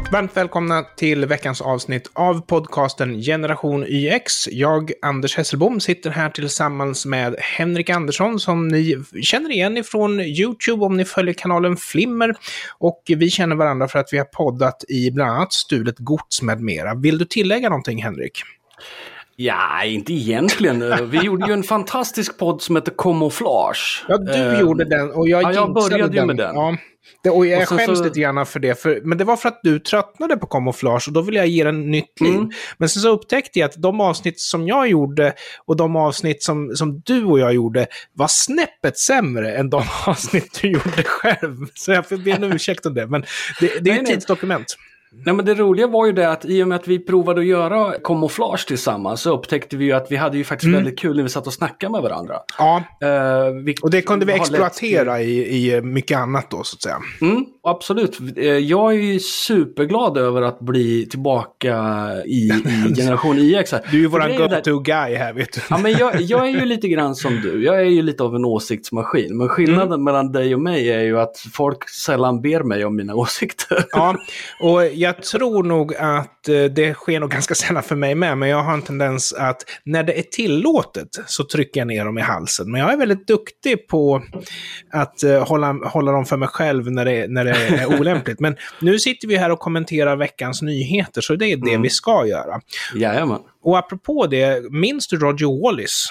Varmt välkomna till veckans avsnitt av podcasten Generation YX. Jag, Anders Hesselbom, sitter här tillsammans med Henrik Andersson som ni känner igen ifrån YouTube om ni följer kanalen Flimmer. Och vi känner varandra för att vi har poddat i bland annat Stulet Gods med mera. Vill du tillägga någonting, Henrik? Ja, inte egentligen. Vi gjorde ju en fantastisk podd som heter Camouflage. Ja, du gjorde den och jag började ju med den. Ja. Och jag skäms så... lite gärna för det, men det var för att du tröttnade på Camouflage och då ville jag ge den nytt liv. Men sen så upptäckte jag att de avsnitt som jag gjorde och de avsnitt som du och jag gjorde var snäppet sämre än de avsnitt du gjorde själv. Så jag får be en ursäkt om det, men det är ett tidsdokument. Nej, men det roliga var ju det att i och med att vi provade att göra Camouflage tillsammans så upptäckte vi ju att vi hade ju faktiskt väldigt kul när vi satt och snackade med varandra. Ja, och det kunde vi exploatera i mycket annat då, så att säga. Absolut. Jag är ju superglad över att bli tillbaka i Generation YX. Du är ju våran go-to-guy här, vet du. Ja, men jag är ju lite grann som du. Jag är ju lite av en åsiktsmaskin. Men skillnaden mellan dig och mig är ju att folk sällan ber mig om mina åsikter. Ja, och jag tror nog att det sker nog ganska sällan för mig med, men jag har en tendens att när det är tillåtet så trycker jag ner dem i halsen. Men jag är väldigt duktig på att hålla dem för mig själv när det är olämpligt. Men nu sitter vi här och kommenterar veckans nyheter, så det är det vi ska göra. Jajamän. Och apropå det, minns du Roger Wallis?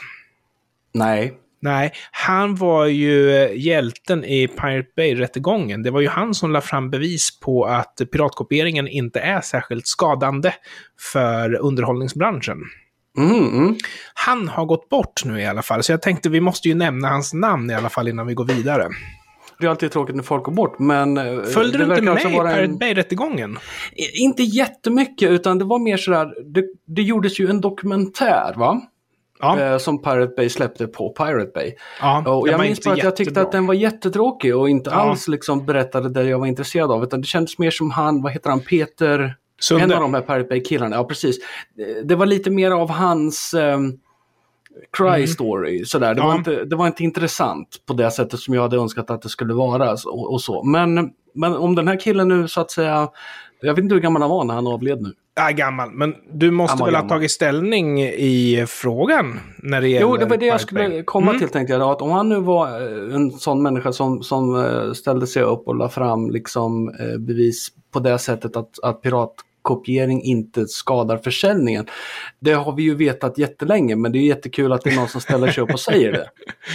Nej, han var ju hjälten i Pirate Bay-rättegången. Det var ju han som la fram bevis på att piratkopieringen inte är särskilt skadande för underhållningsbranschen. Han har gått bort nu i alla fall, så jag tänkte vi måste ju nämna hans namn i alla fall innan vi går vidare. Det är alltid tråkigt när folk går bort, men... Följde du inte med i Pirate Bay-rättegången? Inte jättemycket, utan det var mer sådär... Det gjordes ju en dokumentär, va? Ja. Som Pirate Bay släppte på Pirate Bay. Ja, och jag minns bara att jag tyckte att den var jättetråkig och inte alls liksom berättade det jag var intresserad av. Utan det kändes mer som Peter Sunde. En av de här Pirate Bay-killarna. Ja, precis. Det var lite mer av hans cry story. Sådär. Det var inte intressant på det sättet som jag hade önskat att det skulle vara. Och så. Men om den här killen nu så att säga... Jag vet inte hur gammal han var när han avled nu. Ja, gammal. Men du måste väl ha tagit ställning i frågan när det gäller... Jo, det var det jag skulle komma till, tänkte jag. Att om han nu var en sån människa som ställde sig upp och la fram liksom, bevis på det sättet att piratkopiering inte skadar försäljningen. Det har vi ju vetat jättelänge, men det är jättekul att det är någon som ställer sig upp och säger det.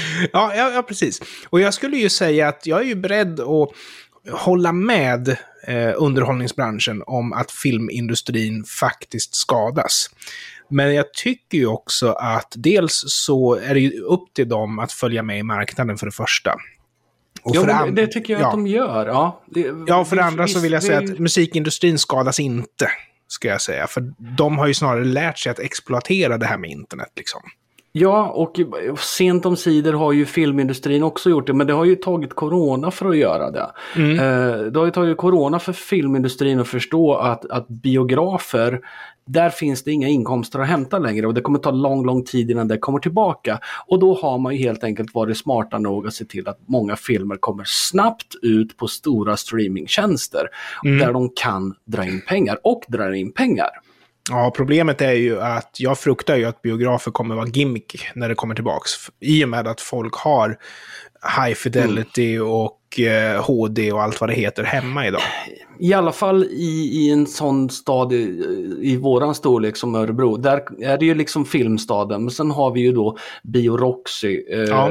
Ja, precis. Och jag skulle ju säga att jag är ju beredd att hålla med underhållningsbranschen om att filmindustrin faktiskt skadas. Men jag tycker ju också att dels så är det ju upp till dem att följa med i marknaden för det första. Och för det tycker jag att de gör. Ja, för det andra så vill jag säga att musikindustrin skadas inte, ska jag säga. För de har ju snarare lärt sig att exploatera det här med internet liksom. Ja, och sent om sidor har ju filmindustrin också gjort det, men det har ju tagit corona för att göra det. Det har ju tagit corona för filmindustrin att förstå att biografer, där finns det inga inkomster att hämta längre och det kommer ta lång tid innan det kommer tillbaka. Och då har man ju helt enkelt varit smarta nog att se till att många filmer kommer snabbt ut på stora streamingtjänster där de kan dra in pengar och dra in pengar. Ja, problemet är ju att jag fruktar ju att biografer kommer vara gimmick när det kommer tillbaks. I och med att folk har high fidelity och HD och allt vad det heter hemma idag. I alla fall i en sån stad i våran storlek som Örebro. Där är det ju liksom filmstaden. Men sen har vi ju då Bio Roxy.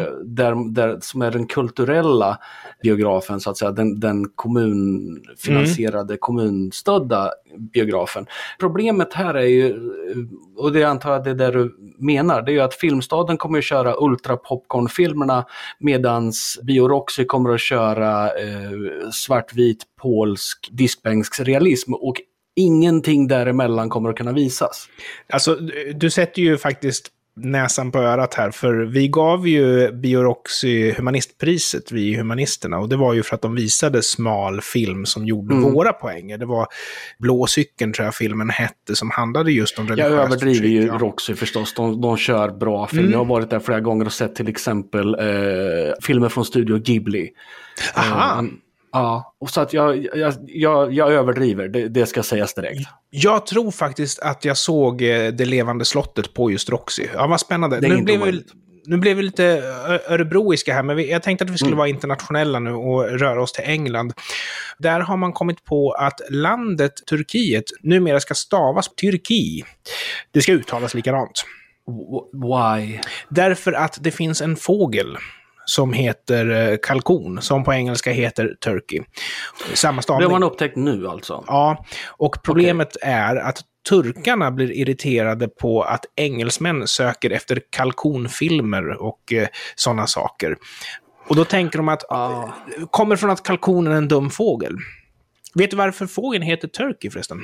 Där, som är den kulturella biografen så att säga. Den kommunfinansierade, kommunstödda biografen. Problemet här är ju, och det antar jag det där du menar, det är ju att filmstaden kommer att köra ultra-popcorn-filmerna medans Bio Roxy kommer att köra svartvit polsk diskbänksrealism och ingenting däremellan kommer att kunna visas. Alltså, du sätter ju faktiskt näsan på örat här, för vi gav ju Bio Roxy humanistpriset, vi humanisterna, och det var ju för att de visade smal film som gjorde våra poänger. Det var Blå cykeln, tror jag filmen hette, som handlade just om religiöst. Jag överdriver ju Roxy förstås, de kör bra film. Jag har varit där flera gånger och sett till exempel filmer från Studio Ghibli. Aha. Ja, och så att jag överdriver, det ska sägas direkt. Jag tror faktiskt att jag såg Det levande slottet på just Roxy. Ja, vad spännande. Nu blev vi lite örebroiska här, men jag tänkte att vi skulle vara internationella nu och röra oss till England. Där har man kommit på att landet Turkiet numera ska stavas Tyrki. Det ska uttalas likadant. Why? Därför att det finns en fågel som heter kalkon, som på engelska heter turkey. Samma stavning. Det har man upptäckt nu alltså? Ja, och problemet är att turkarna blir irriterade på att engelsmän söker efter kalkonfilmer och sådana saker. Och då tänker de att kommer från att kalkonen är en dum fågel. Vet du varför fågeln heter turkey förresten?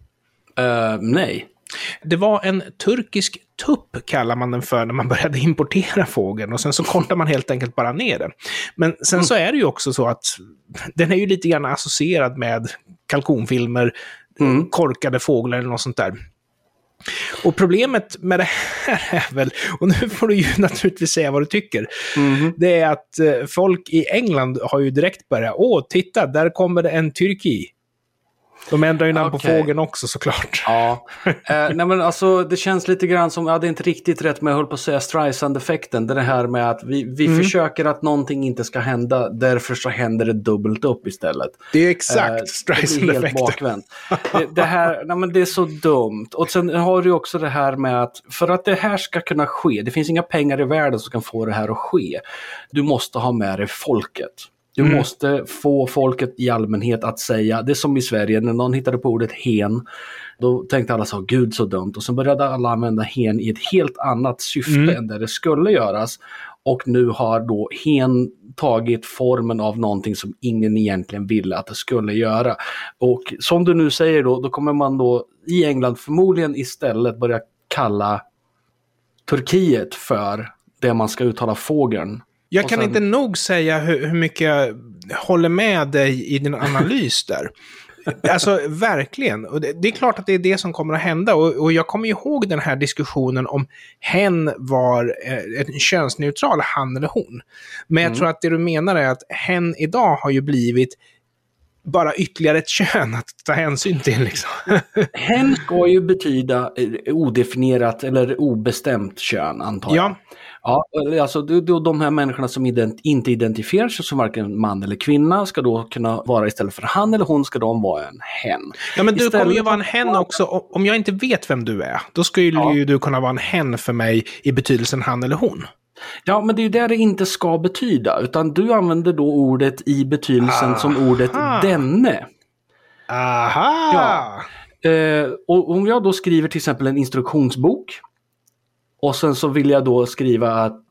Nej. Det var en turkisk tupp kallar man den för när man började importera fågeln, och sen så kortar man helt enkelt bara ner den. Men sen så är det ju också så att den är ju lite grann associerad med kalkonfilmer, korkade fåglar eller något sånt där. Och problemet med det här är väl, och nu får du ju naturligtvis säga vad du tycker, det är att folk i England har ju direkt börjat, titta, där kommer det en Tyrki. De ändrar ju namn på fågeln också såklart. Ja, nej men alltså det känns lite grann som, jag hade inte riktigt rätt med, jag höll på att säga Streisand-effekten. Det här med att vi försöker att någonting inte ska hända, därför så händer det dubbelt upp istället. Det är exakt Streisand-effekten. Det är helt bakvänt. Det här, nej men det är så dumt. Och sen har du också det här med att för att det här ska kunna ske, det finns inga pengar i världen som kan få det här att ske. Du måste ha med dig folket. Du måste få folket i allmänhet att säga, det är som i Sverige, när någon hittade på ordet hen, då tänkte alla så, gud så dumt. Och så började alla använda hen i ett helt annat syfte än det skulle göras. Och nu har då hen tagit formen av någonting som ingen egentligen ville att det skulle göra. Och som du nu säger då kommer man då i England förmodligen istället börja kalla Turkiet för det man ska uttala fågeln. Jag kan inte nog säga hur mycket jag håller med dig i din analys där. Alltså verkligen. Och det är klart att det är det som kommer att hända. Och jag kommer ihåg den här diskussionen om hen var en könsneutral han eller hon. Men jag tror att det du menar är att hen idag har ju blivit bara ytterligare ett kön att ta hänsyn till liksom. Hen ska ju betyda odefinierat eller obestämt kön, antar jag. Ja, alltså de här människorna som inte identifierar sig som varken man eller kvinna ska då kunna vara, istället för han eller hon ska de vara en hen. Ja, men du kommer ju vara en hen också. Om jag inte vet vem du är, då skulle ju du kunna vara en hen för mig i betydelsen han eller hon. Ja, men det är ju där det inte ska betyda, utan du använder då ordet i betydelsen som ordet denne. Aha! Ja. Och om jag då skriver till exempel en instruktionsbok, och sen så vill jag då skriva att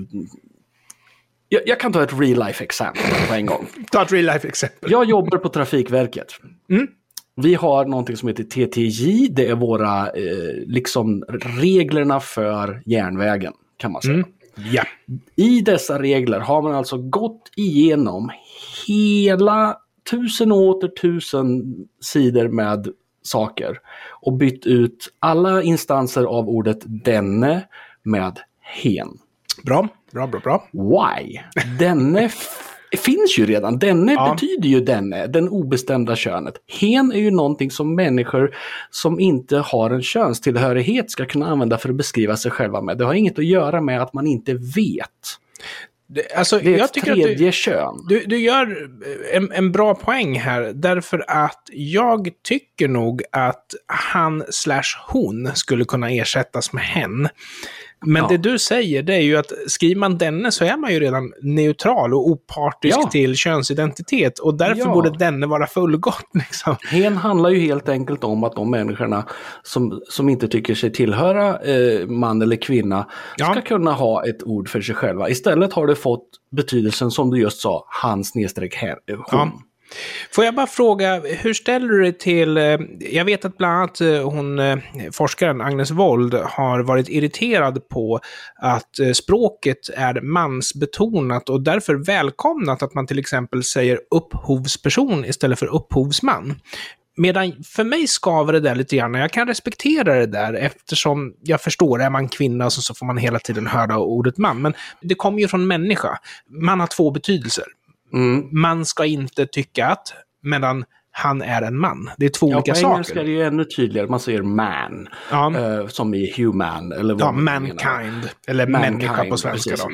jag kan ta ett real life exempel på en gång. Ta ett real life exempel. Jag jobbar på Trafikverket. Vi har någonting som heter TTJ. Det är våra liksom reglerna för järnvägen, kan man säga. Ja. I dessa regler har man alltså gått igenom hela 1000 och åter 1000 sidor med saker och bytt ut alla instanser av ordet denne med hen. Bra. Why? Denne finns ju redan. Denne betyder ju denne, den obestämda könet. Hen är ju någonting som människor som inte har en könstillhörighet ska kunna använda för att beskriva sig själva med. Det har inget att göra med att man inte vet. Det är ett tredje kön. Du gör en bra poäng här, därför att jag tycker nog att han/hon skulle kunna ersättas med hen. Men det du säger, det är ju att skriver man denne så är man ju redan neutral och opartisk till könsidentitet, och därför borde denne vara fullgott liksom. Hen handlar ju helt enkelt om att de människorna som inte tycker sig tillhöra man eller kvinna ska kunna ha ett ord för sig själva. Istället har det fått betydelsen som du just sa, han/hon. Får jag bara fråga, hur ställer du dig till, jag vet att bland annat forskaren Agnes Wold har varit irriterad på att språket är mansbetonat och därför välkomnat att man till exempel säger upphovsperson istället för upphovsman. Medan för mig skaver det där lite grann. Jag kan respektera det där eftersom jag förstår, är man kvinna så får man hela tiden höra ordet man. Men det kommer ju från människa. Man har två betydelser. Man ska inte tycka att, medan han är en man. Det är två olika saker. På engelska är det ju ännu tydligare. Man säger man. Som i human. Eller vad mankind. Eller människa på svenska då.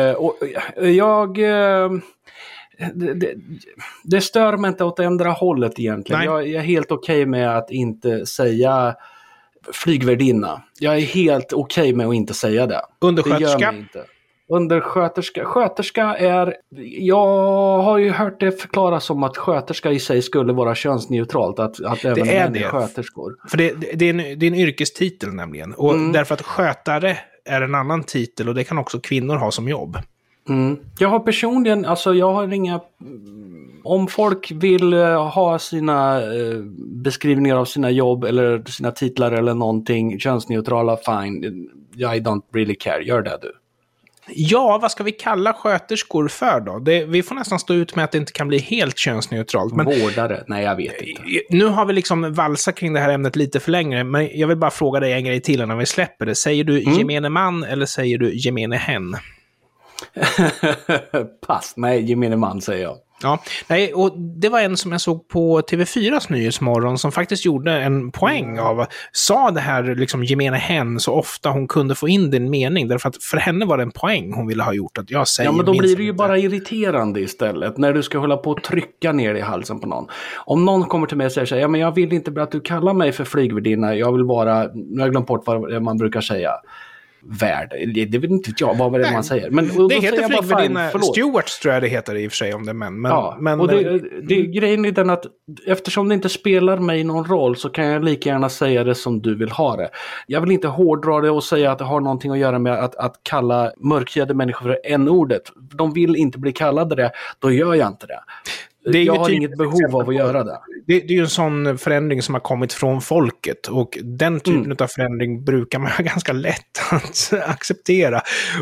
Det stör mig inte åt ändra hållet egentligen. Jag är helt okej med att inte säga flygvärdinna. Jag är helt okej med att inte säga det. Undersköterska? Det gör mig inte. Sköterska är... Jag har ju hört det förklaras som att sköterska i sig skulle vara könsneutralt. Att även män är sköterskor. För det är en yrkestitel nämligen. Och därför att skötare är en annan titel och det kan också kvinnor ha som jobb. Jag har personligen, jag har inga... Om folk vill ha sina beskrivningar av sina jobb eller sina titlar eller någonting könsneutrala, fine. I don't really care. Gör det du. Ja, vad ska vi kalla sköterskor för då? Vi får nästan stå ut med att det inte kan bli helt könsneutralt. Men vårdare? Nej, jag vet inte. Nu har vi liksom valsat kring det här ämnet lite för länge, men jag vill bara fråga dig en grej till innan vi släpper det. Säger du gemene man eller säger du gemene hen? Pass, nej, gemene man säger jag. Ja, nej, och det var en som jag såg på TV4s Nyhetsmorgon som faktiskt gjorde en poäng av, sa det här liksom gemene hen så ofta hon kunde få in din mening, därför att för henne var det en poäng hon ville ha gjort att jag säger. Ja, men då blir det ju bara irriterande istället när du ska hålla på och trycka ner i halsen på någon. Om någon kommer till mig och säger så här, ja men jag vill inte att du kallar mig för flygvärdinna, jag vill vara, nu har jag glömt bort vad man brukar säga. Värd. Det vet inte jag vad det man säger. Men det heter flygvärdinna. Stewards tror jag det heter i och för sig om det men och grejen är den att eftersom det inte spelar mig någon roll så kan jag lika gärna säga det som du vill ha det. Jag vill inte hårdra det och säga att det har någonting att göra med att kalla mörkhyade människor för n-ordet. De vill inte bli kallade det, då gör jag inte det. Jag har inget behov av att göra det. Det är ju en sån förändring som har kommit från folket. Och den typen av förändring brukar man ha ganska lätt att acceptera.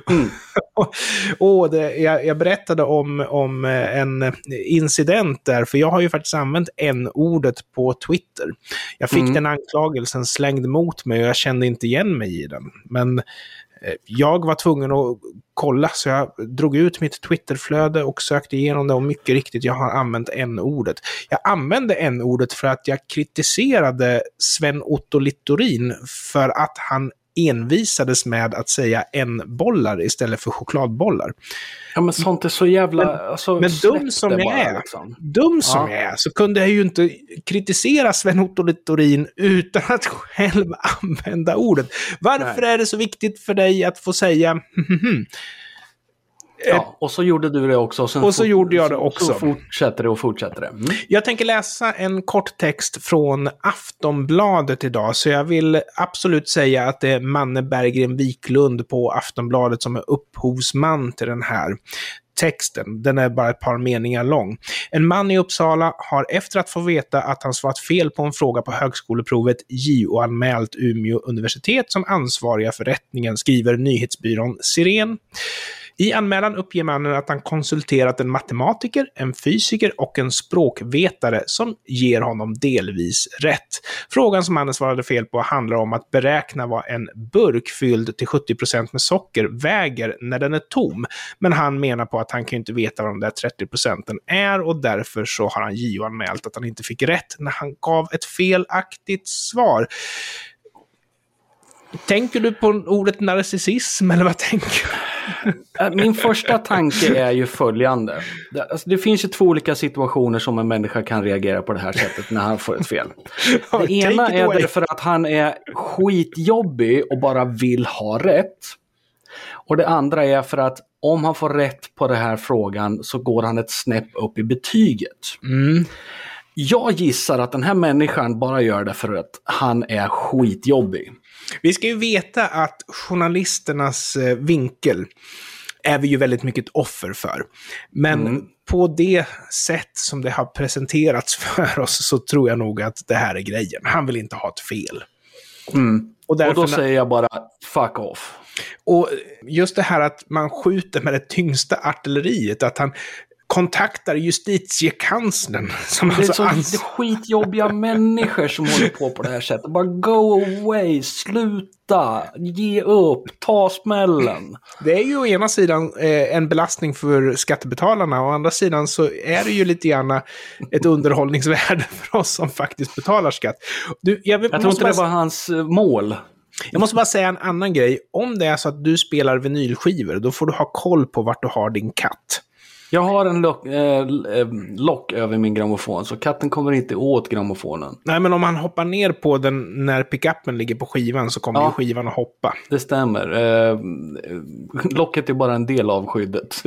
Jag berättade om en incident där. För jag har ju faktiskt använt n-ordet på Twitter. Jag fick den anklagelsen slängd mot mig och jag kände inte igen mig i den. Men jag var tvungen att kolla, så jag drog ut mitt Twitterflöde och sökte igenom det, och mycket riktigt, jag har använt n-ordet. Jag använde n-ordet för att jag kritiserade Sven-Otto Littorin för att han envisades med att säga n-bollar istället för chokladbollar. Ja, men sånt är så jävla... Men dum som jag är, jag är, så kunde jag ju inte kritisera Sven-Otto Littorin utan att själv använda ordet. Varför är det så viktigt för dig att få säga Ja, och så gjorde du det också. Och så gjorde jag det också. Så fortsätter det. Jag tänker läsa en kort text från Aftonbladet idag. Så jag vill absolut säga att det är Manne Berggren Wiklund på Aftonbladet som är upphovsman till den här texten. Den är bara ett par meningar lång. En man i Uppsala har efter att få veta att han svarat fel på en fråga på högskoleprovet JO-anmält Umeå universitet som ansvariga för rättningen, skriver nyhetsbyrån Siren. I anmälan uppger mannen att han konsulterat en matematiker, en fysiker och en språkvetare som ger honom delvis rätt. Frågan som mannen svarade fel på handlar om att beräkna vad en burk fylld till 70% med socker väger när den är tom. Men han menar på att han kan inte veta vad de där 30% är, och därför så har han JO-anmält att han inte fick rätt när han gav ett felaktigt svar. Tänker du på ordet narcissism eller vad tänker du? Min första tanke är ju följande. Det finns ju två olika situationer som en människa kan reagera på det här sättet när han får ett fel. Det ena är därför att han är skitjobbig och bara vill ha rätt. Och det andra är för att om han får rätt på den här frågan så går han ett snäpp upp i betyget. Jag gissar att den här människan bara gör det för att han är skitjobbig. Vi ska ju veta att journalisternas vinkel är vi ju väldigt mycket offer för. Men på det sätt som det har presenterats för oss så tror jag nog att det här är grejen. Han vill inte ha ett fel. Och då säger jag bara fuck off. Och just det här att man skjuter med det tyngsta artilleriet, att han kontaktar justitiekanslern. Som det är så skitjobbiga människor som håller på det här sättet. Bara go away, sluta, ge upp, ta smällen. Det är ju å ena sidan en belastning för skattebetalarna, och å andra sidan så är det ju lite grann ett underhållningsvärde för oss som faktiskt betalar skatt. Jag tror inte det var hans mål. Jag måste bara säga en annan grej. Om det är så att du spelar vinylskivor, då får du ha koll på vart du har din katt. Jag har en lock över min grammofon, så katten kommer inte åt grammofonen. Nej, men om han hoppar ner på den när pickuppen ligger på skivan, så kommer ju skivan att hoppa. Det stämmer. Locket är bara en del av skyddet.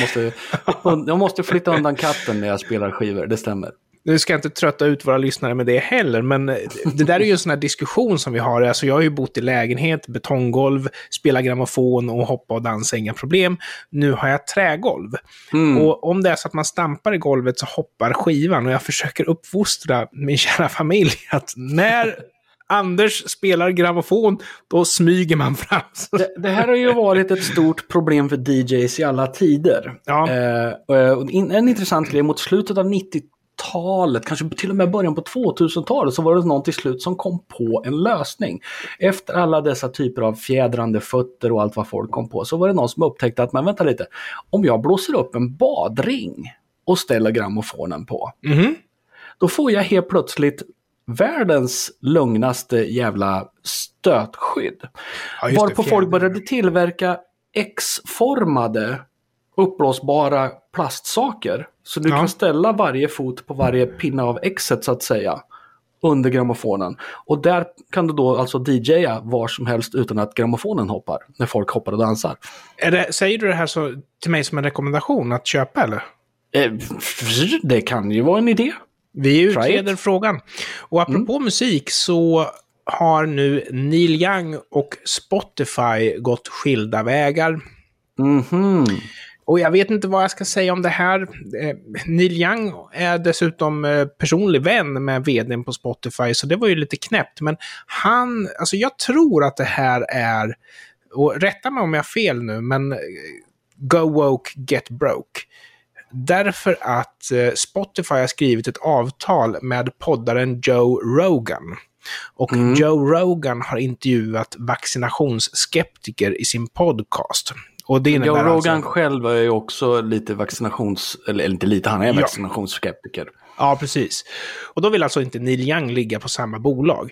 Jag måste flytta undan katten när jag spelar skivor, det stämmer. Nu ska jag inte trötta ut våra lyssnare med det heller, men det där är ju en sån här diskussion som vi har. Alltså jag har ju bott i lägenhet, betonggolv, spela grammofon och hoppa och dansa, inga problem. Nu har jag trägolv. Och om det är så att man stampar i golvet så hoppar skivan, och jag försöker uppfostra min kära familj att när Anders spelar grammofon, då smyger man fram. Det här har ju varit ett stort problem för DJs i alla tider. Ja. En intressant grej, mot slutet av 90-talet, kanske till och med början på 2000-talet, så var det någon till slut som kom på en lösning. Efter alla dessa typer av fjädrande fötter och allt vad folk kom på, så var det någon som upptäckte att, men vänta lite, om jag blåser upp en badring och ställer grammofonen på, då får jag helt plötsligt världens lugnaste jävla stötskydd. Ja, varpå folk började tillverka X-formade uppblåsbara plastsaker. Så du kan ställa varje fot på varje pinne av Xet så att säga under grammofonen. Och där kan du då alltså DJa var som helst utan att grammofonen hoppar. När folk hoppar och dansar. Säger du det här så till mig som en rekommendation att köpa, eller? Det kan ju vara en idé. Vi utreder frågan. Och apropå musik så har nu Neil Young och Spotify gått skilda vägar. Och jag vet inte vad jag ska säga om det här. Neil Young är dessutom personlig vän med vdn på Spotify, så det var ju lite knäppt. Men jag tror att det här är, och rätta mig om jag har fel nu, men go woke, get broke. Därför att Spotify har skrivit ett avtal med poddaren Joe Rogan. Och Joe Rogan har intervjuat vaccinationsskeptiker i sin podcast. Och det Joe Rogan själv är ju också lite eller inte lite, han är vaccinationsskeptiker. Ja, precis. Och då vill alltså inte Neil Young ligga på samma bolag.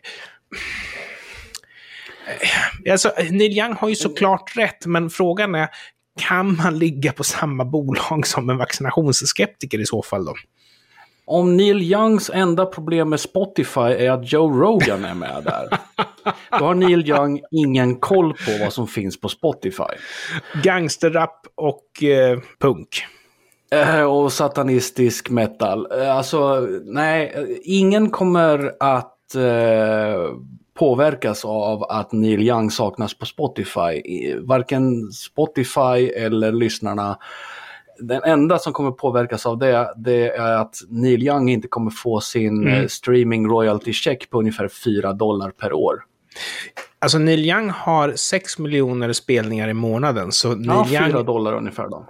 Alltså, Neil Young har ju såklart rätt, men frågan är, kan man ligga på samma bolag som en vaccinationsskeptiker i så fall då? Om Neil Youngs enda problem med Spotify är att Joe Rogan är med där, då har Neil Young ingen koll på vad som finns på Spotify. Gangsterrap och punk. Och satanistisk metal. Alltså, nej, ingen kommer att påverkas av att Neil Young saknas på Spotify. Varken Spotify eller lyssnarna. Den enda som kommer påverkas av det är att Neil Young inte kommer få sin streaming royalty check på ungefär $4 per år. Alltså Neil Young har 6 miljoner spelningar i månaden. Så Neil Young... $4 ungefär då.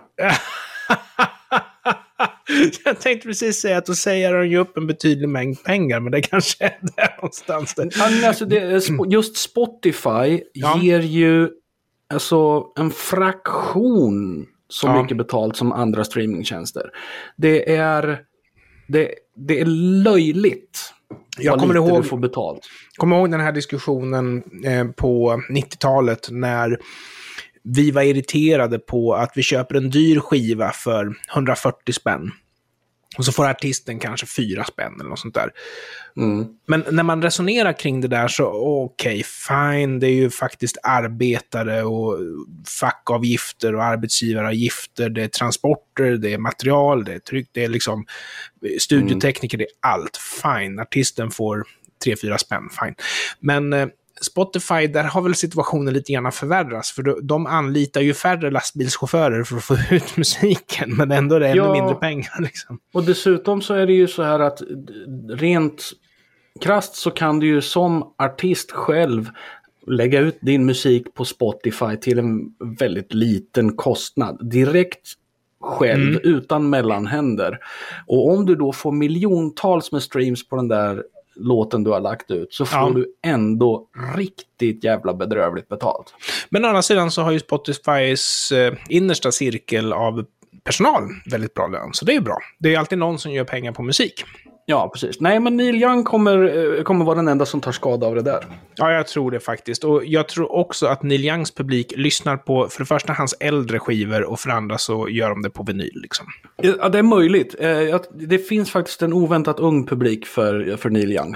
Jag tänkte precis säga att då säger han ju upp en betydlig mängd pengar, men det kanske är där någonstans. Alltså just Spotify ger ju alltså en fraktion så mycket betalt som andra streamingtjänster. Det är löjligt. Jag kommer ihåg, får betalt. Kommer ihåg den här diskussionen på 90-talet när vi var irriterade på att vi köper en dyr skiva för 140 spänn. Och så får artisten kanske 4 spänn eller något sånt där. Men när man resonerar kring det där så okej, fine, det är ju faktiskt arbetare och fackavgifter och arbetsgivaravgifter, det är transporter, det är material, det är tryck, det är liksom studiotekniker, det är allt, fine. Artisten får 3-4 spänn, fine. Men Spotify, där har väl situationen lite grann förvärras, för de anlitar ju färre lastbilschaufförer för att få ut musiken, men ändå är det ännu mindre pengar liksom. Och dessutom så är det ju så här att rent krasst så kan du ju som artist själv lägga ut din musik på Spotify till en väldigt liten kostnad. Direkt själv utan mellanhänder. Och om du då får miljontals med streams på den där låten du har lagt ut så får du ändå riktigt jävla bedrövligt betalt. Men å andra sidan så har ju Spotifys innersta cirkel av personal väldigt bra lön, så det är bra. Det är alltid någon som gör pengar på musik. Ja, precis. Nej, men Neil Young kommer vara den enda som tar skada av det där. Ja, jag tror det faktiskt. Och jag tror också att Neil Youngs publik lyssnar på, för det första, hans äldre skivor och för det andra så gör de det på vinyl liksom. Ja, det är möjligt. Det finns faktiskt en oväntat ung publik för Neil Young.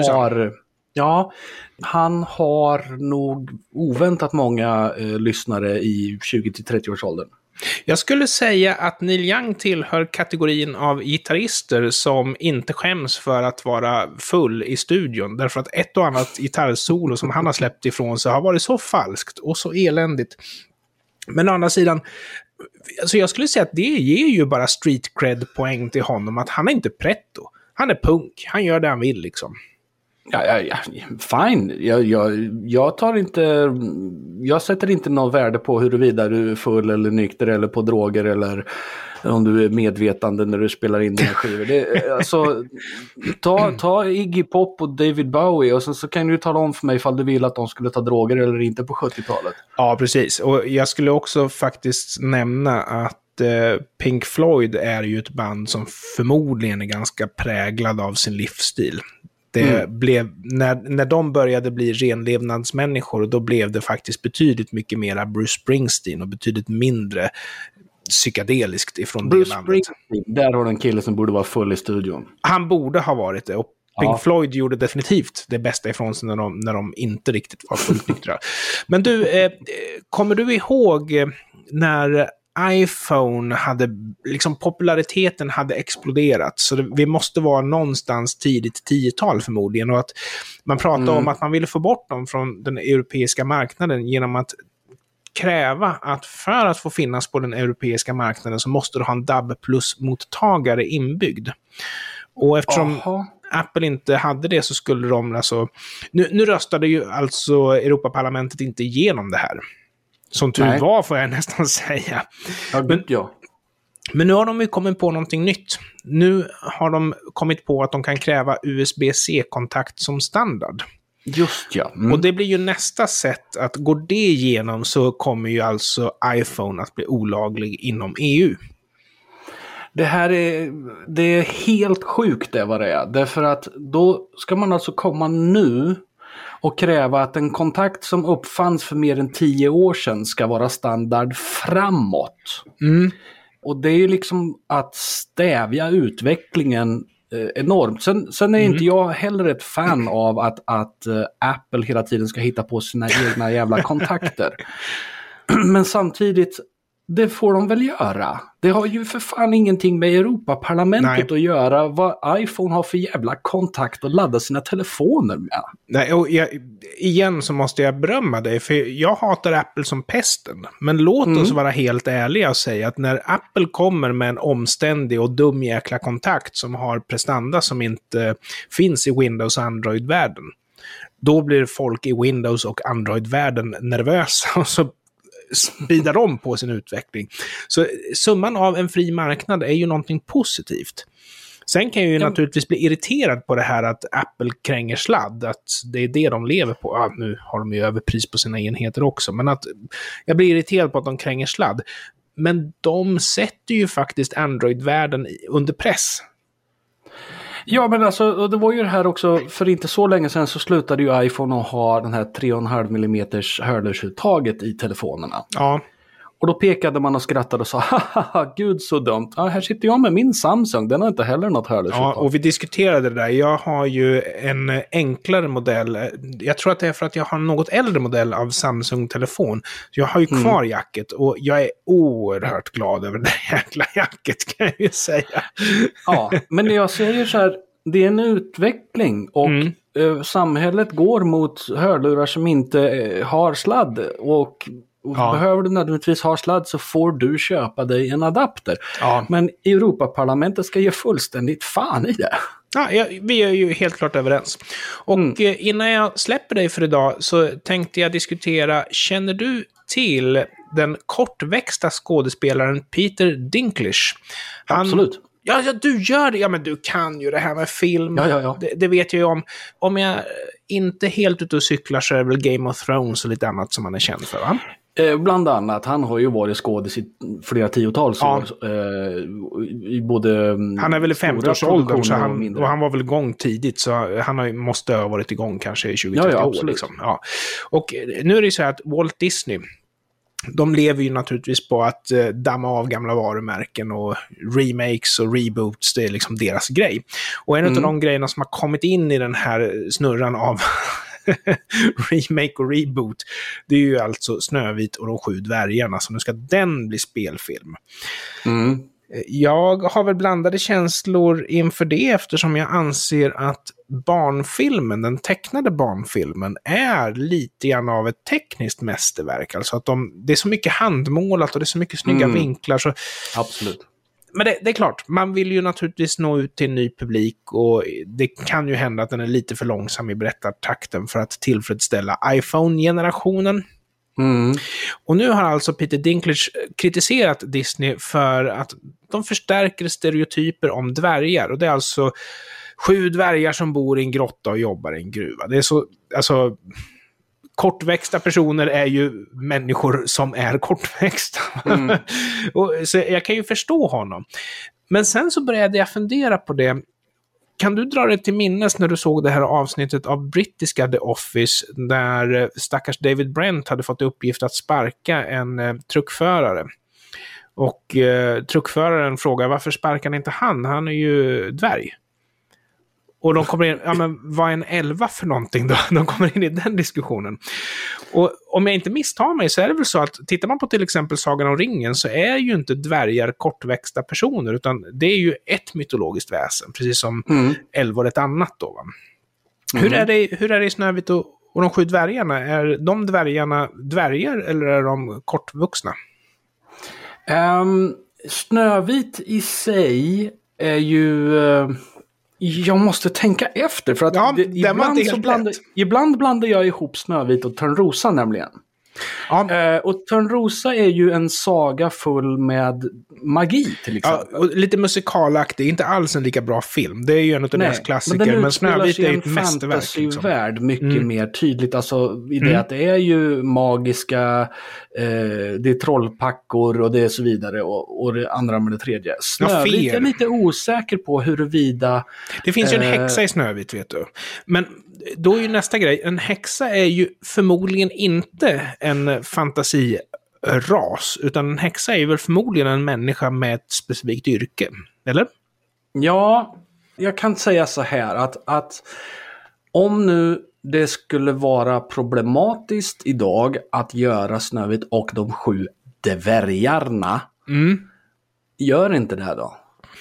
Han har nog oväntat många lyssnare i 20-30-årsåldern. Jag skulle säga att Neil Young tillhör kategorin av gitarrister som inte skäms för att vara full i studion. Därför att ett och annat gitarrsolo som han har släppt ifrån sig har varit så falskt och så eländigt. Men å andra sidan, alltså jag skulle säga att det ger ju bara street cred poäng till honom. Att han är inte pretto. Han är punk. Han gör det han vill liksom. Ja, fine. Jag sätter inte något värde på huruvida du är full eller nykter eller på droger eller om du är medvetande när du spelar in dina skivor. Alltså, ta Iggy Pop och David Bowie och så kan du tala om för mig ifall du vill att de skulle ta droger eller inte på 70-talet. Ja, precis. Och jag skulle också faktiskt nämna att Pink Floyd är ju ett band som förmodligen är ganska präglad av sin livsstil. Det blev, när de började bli renlevnadsmänniskor, då blev det faktiskt betydligt mycket mer Bruce Springsteen och betydligt mindre psykedeliskt ifrån Bruce det bandet. Där har du en kille som borde vara full i studion. Han borde ha varit det, och Pink Floyd gjorde definitivt det bästa ifrån sig när de inte riktigt var fullt nyktra. Men du, kommer du ihåg när iPhone hade, liksom populariteten hade exploderat, så vi måste vara någonstans tidigt 10-tal förmodligen, och att man pratade om att man ville få bort dem från den europeiska marknaden genom att kräva att för att få finnas på den europeiska marknaden så måste du ha en DAB plus-mottagare inbyggd. Och eftersom Apple inte hade det så skulle de alltså... Nu röstade ju alltså Europaparlamentet inte igenom det här. Som tur var, får jag nästan säga. Men nu har de ju kommit på någonting nytt. Nu har de kommit på att de kan kräva USB-C-kontakt som standard. Just ja. Och det blir ju nästa sätt att går det igenom så kommer ju alltså iPhone att bli olaglig inom EU. Det är helt sjukt det vad det är. Därför att då ska man alltså komma nu och kräva att en kontakt som uppfanns för mer än 10 år sedan ska vara standard framåt. Och det är ju liksom att stävja utvecklingen enormt. Sen är inte jag heller ett fan av att Apple hela tiden ska hitta på sina egna jävla kontakter. Men samtidigt, det får de väl göra. Det har ju för fan ingenting med Europaparlamentet att göra. Vad iPhone har för jävla kontakt att ladda sina telefoner med. Nej, och igen så måste jag berömma dig. För jag hatar Apple som pesten. Men låt oss vara helt ärliga och säga att när Apple kommer med en omständig och dum jäkla kontakt som har prestanda som inte finns i Windows och Android-världen, då blir folk i Windows och Android-världen nervösa och så speedar de på sin utveckling. Så summan av en fri marknad är ju någonting positivt. Sen kan jag ju naturligtvis bli irriterad på det här att Apple kränger sladd, att det är det de lever på. Ja, nu har de ju överpris på sina enheter också, men att jag blir irriterad på att de kränger sladd. Men de sätter ju faktiskt Android-världen under press. Ja, men alltså, och det var ju det här också, för inte så länge sedan så slutade ju iPhone att ha den här 3,5 mm hörlursuttaget i telefonerna. Ja. Och då pekade man och skrattade och sa, haha, gud så dumt. Ja, här sitter jag med min Samsung, den har inte heller något hörlursuttag. Ja, och vi diskuterade det där. Jag har ju en enklare modell. Jag tror att det är för att jag har en något äldre modell av Samsung-telefon. Jag har ju kvar jacket och jag är oerhört glad över det jäkla jacket, kan jag ju säga. Ja, men jag säger så här, det är en utveckling och samhället går mot hörlurar som inte har sladd och behöver du nödvändigtvis ha sladd så får du köpa dig en adapter. Ja. Men Europaparlamentet ska ge fullständigt fan i det. Ja, vi är ju helt klart överens. Och innan jag släpper dig för idag så tänkte jag diskutera, känner du till den kortväxta skådespelaren Peter Dinklage. Absolut. Ja, du gör det. Ja, men du kan ju det här med film. Ja. Det vet jag ju om. Om jag inte helt ute och cyklar så är det väl Game of Thrones och lite annat som han är känd för, va? Bland annat. Han har ju varit skådis i flera tiotals år. I både han är väl i 50-årsåldern och han var väl igång tidigt, så han måste ha varit igång kanske i 20-30 år. Liksom. Ja. Och nu är det så här att Walt Disney, de lever ju naturligtvis på att damma av gamla varumärken, och remakes och reboots, det är liksom deras grej. Och en av de grejerna som har kommit in i den här snurran av remake och reboot, det är ju alltså Snövit och de 7 dvärgarna, så nu ska den bli spelfilm. Jag har väl blandade känslor inför det, eftersom jag anser att barnfilmen, den tecknade barnfilmen, är lite grann av ett tekniskt mästerverk. Alltså att det är så mycket handmålat och det är så mycket snygga vinklar. Så... Absolut. Men det är klart, man vill ju naturligtvis nå ut till en ny publik, och det kan ju hända att den är lite för långsam i berättartakten för att tillfredsställa iPhone-generationen. Och nu har alltså Peter Dinklage kritiserat Disney för att de förstärker stereotyper om dvärgar, och det är alltså 7 dvärgar som bor i en grotta och jobbar i en gruva. Det är så, alltså, kortväxta personer är ju människor som är kortväxta. Och, så jag kan ju förstå honom. Men sen så började jag fundera på det. Kan du dra dig till minnes när du såg det här avsnittet av brittiska The Office, där stackars David Brent hade fått uppgift att sparka en truckförare? Och truckföraren frågar, varför sparkar inte han? Han är ju dvärg. Och de kommer in, ja men vad är en 11 för någonting då? De kommer in i den diskussionen. Och om jag inte misstar mig så är det väl så att tittar man på till exempel Sagan om ringen, så är ju inte dvärgar kortväxta personer, utan det är ju ett mytologiskt väsen, precis som älvor ett annat då, va? Hur är det i Snövit och de 7 dvärgarna? Är de dvärgarna dvärgar eller är de kortvuxna? Snövit i sig är ju... Jag måste tänka efter, för att ibland blandar jag ihop Snövit och Törnrosa nämligen. Ja. Och Törnrosa är ju en saga full med magi till exempel. Ja, och lite musikalaktig, inte alls en lika bra film. Det är ju en av de mest klassiker, men Snövit är ju ett mästerverk. Liksom. Värld mycket mer tydligt, alltså i det att det är ju magiska, det är trollpackor och det är så vidare, och det andra med det tredje. Snövit är lite osäker på huruvida... Det finns ju en häxa i Snövit, vet du. Men då är ju nästa grej, en häxa är ju förmodligen inte en fantasiras, utan en häxa är ju väl förmodligen en människa med ett specifikt yrke, eller? Ja, jag kan säga så här att om nu det skulle vara problematiskt idag att göra Snövit och de 7 dvärgarna, gör inte det här då?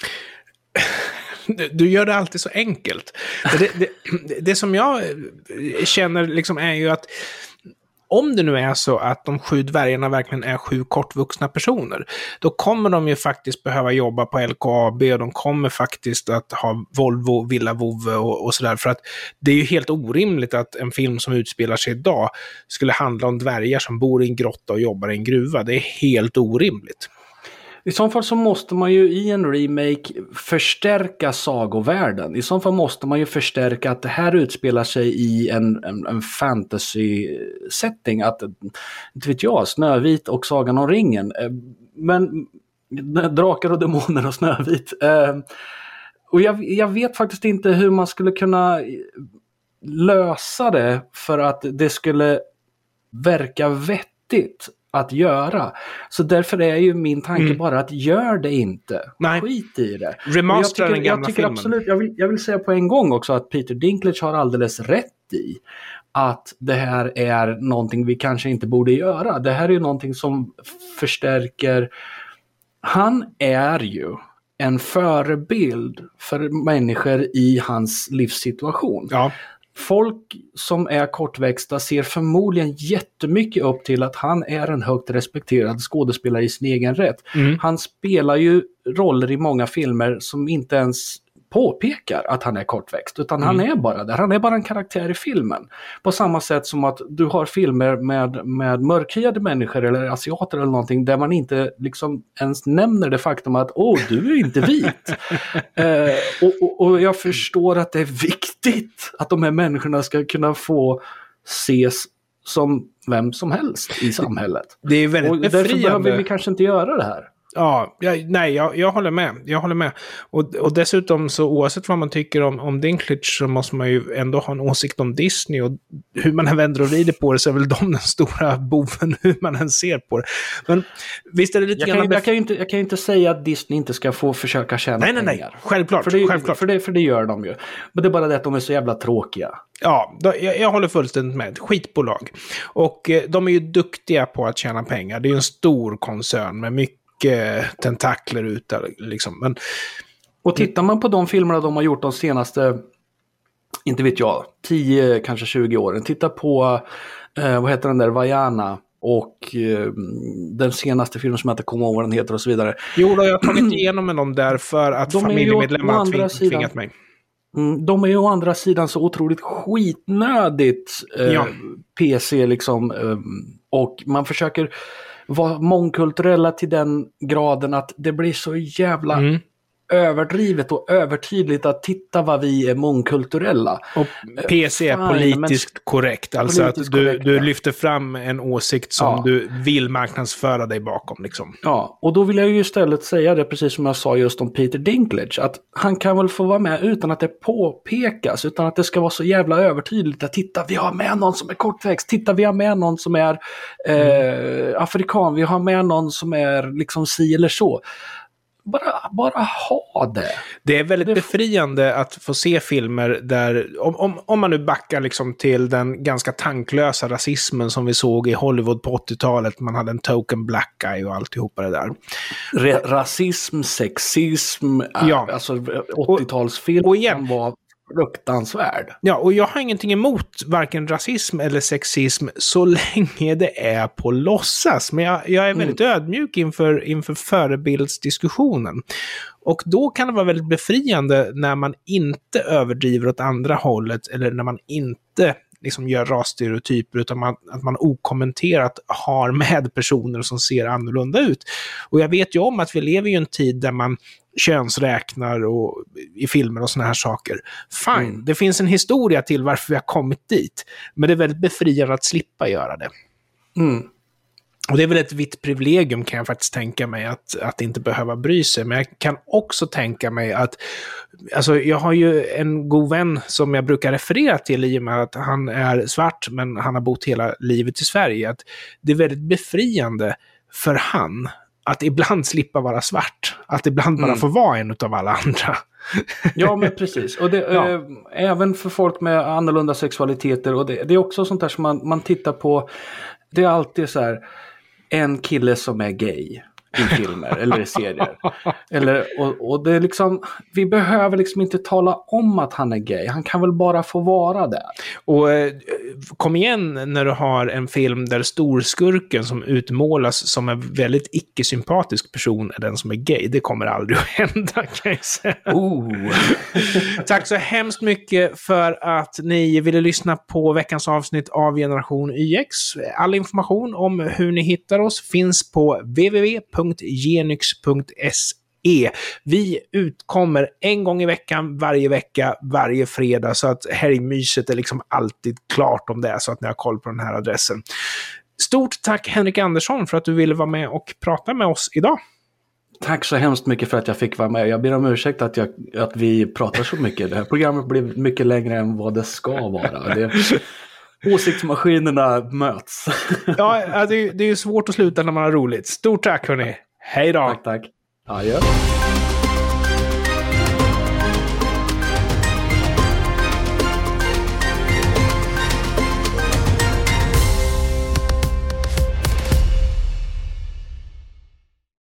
Du gör det alltid så enkelt. Det som jag känner liksom är ju att om det nu är så att de 7 dvärgarna verkligen är 7 kortvuxna personer, då kommer de ju faktiskt behöva jobba på LKAB, och de kommer faktiskt att ha Volvo, Villa Vove och sådär, för att det är ju helt orimligt att en film som utspelar sig idag skulle handla om dvärgar som bor i en grotta och jobbar i en gruva. Det är helt orimligt. I så fall så måste man ju i en remake förstärka sagovärlden. I så fall måste man ju förstärka att det här utspelar sig i en fantasy-setting. Att, inte vet jag, Snövit och Sagan om ringen. Men drakar och demoner och Snövit. Och jag vet faktiskt inte hur man skulle kunna lösa det för att det skulle verka vettigt att göra. Så därför är ju min tanke bara att gör det inte. Nej. Skit i det. Remastera den gamla filmen. Absolut, jag vill säga på en gång också att Peter Dinklage har alldeles rätt i att det här är någonting vi kanske inte borde göra. Det här är ju någonting som förstärker... Han är ju en förebild för människor i hans livssituation. Ja. Folk som är kortväxta ser förmodligen jättemycket upp till att han är en högt respekterad skådespelare i sin egen rätt. Han spelar ju roller i många filmer som inte ens påpekar att han är kortväxt, utan han är bara där. Han är bara en karaktär i filmen. På samma sätt som att du har filmer med mörkhyade människor eller asiater eller någonting där man inte liksom ens nämner det faktum att du är inte vit. Och jag förstår att det är viktigt att de här människorna ska kunna få ses som vem som helst i samhället. Det är väldigt befriande. Därför behöver vi kanske inte göra det här. Ja, jag håller med. Jag håller med. Och dessutom så oavsett vad man tycker om Dinklage så måste man ju ändå ha en åsikt om Disney, och hur man än vänder och vrider på det så är väl de den stora boven hur man än ser på det. Men visst är det lite grann... Jag kan ju inte säga att Disney inte ska få försöka tjäna pengar. Nej. Självklart. För det gör de ju. Men det är bara det att de är så jävla tråkiga. Ja, jag håller fullständigt med. Skitbolag. Och de är ju duktiga på att tjäna pengar. Det är ju en stor koncern med mycket tentakler ut där liksom. Men och tittar man på de filmerna de har gjort de senaste, inte vet jag, 10 kanske 20 åren. Titta på vad heter den där, Vaiana, och den senaste filmen som jag inte kommer ihåg vad den heter och så vidare. Jo då, jag har tagit igenom med dem där för att familjemedlemmar har tvingat mig. De är ju å andra sidan så otroligt skitnödigt PC liksom, och man försöker vara mångkulturella till den graden att det blir så jävla överdrivet och övertydligt att titta vad vi är mångkulturella. Och PC är politiskt korrekt. Alltså politiskt att du lyfter fram en åsikt som du vill marknadsföra dig bakom. Liksom. Ja, och då vill jag ju istället säga det precis som jag sa just om Peter Dinklage. Att han kan väl få vara med utan att det påpekas. Utan att det ska vara så jävla övertydligt att titta, vi har med någon som är kortväxt. Titta, vi har med någon som är afrikan. Vi har med någon som är liksom si eller så. Bara ha det. Det är väldigt befriande att få se filmer där, om man nu backar liksom till den ganska tanklösa rasismen som vi såg i Hollywood på 80-talet. Man hade en token black guy och alltihopa det där. Rasism, sexism, alltså 80-talsfilm och igen, var fruktansvärd. Ja, och jag har ingenting emot varken rasism eller sexism så länge det är på låtsas. Men jag är väldigt ödmjuk inför förebildsdiskussionen. Och då kan det vara väldigt befriande när man inte överdriver åt andra hållet eller när man inte liksom gör rasstereotyper utan att man okommenterat har med personer som ser annorlunda ut. Och jag vet ju om att vi lever i en tid där man könsräknar och i filmer och såna här saker. Fine, det finns en historia till varför vi har kommit dit. Men det är väldigt befriande att slippa göra det. Och det är väl ett vitt privilegium kan jag faktiskt tänka mig att inte behöva bry sig. Men jag kan också tänka mig att alltså jag har ju en god vän som jag brukar referera till i och med att han är svart men han har bott hela livet i Sverige. Att det är väldigt befriande för han att ibland slippa vara svart. Att ibland bara få vara en av alla andra. Ja, men precis. Och det, även för folk med annorlunda sexualiteter. Och det är också sånt där som man tittar på. Det är alltid så här en kille som är gay i filmer eller i serier. Och det är liksom, vi behöver liksom inte tala om att han är gay. Han kan väl bara få vara där. Och kom igen när du har en film där storskurken som utmålas som en väldigt icke-sympatisk person är den som är gay. Det kommer aldrig att hända, kan jag säga. Tack så hemskt mycket för att ni ville lyssna på veckans avsnitt av Generation YX. All information om hur ni hittar oss finns på www.genyx.se. Vi utkommer en gång i veckan, varje vecka, varje fredag, så att helgmyset är liksom alltid klart om det är så att ni har koll på den här adressen. Stort tack Henrik Andersson för att du ville vara med och prata med oss idag. Tack så hemskt mycket för att jag fick vara med. Jag ber om ursäkt att vi pratar så mycket. Det här programmet blev mycket längre än vad det ska vara. Åsiktsmaskinerna möts. Ja, det är ju svårt att sluta när man har roligt. Stort tack hörni. Hej då. Tack. Adjö.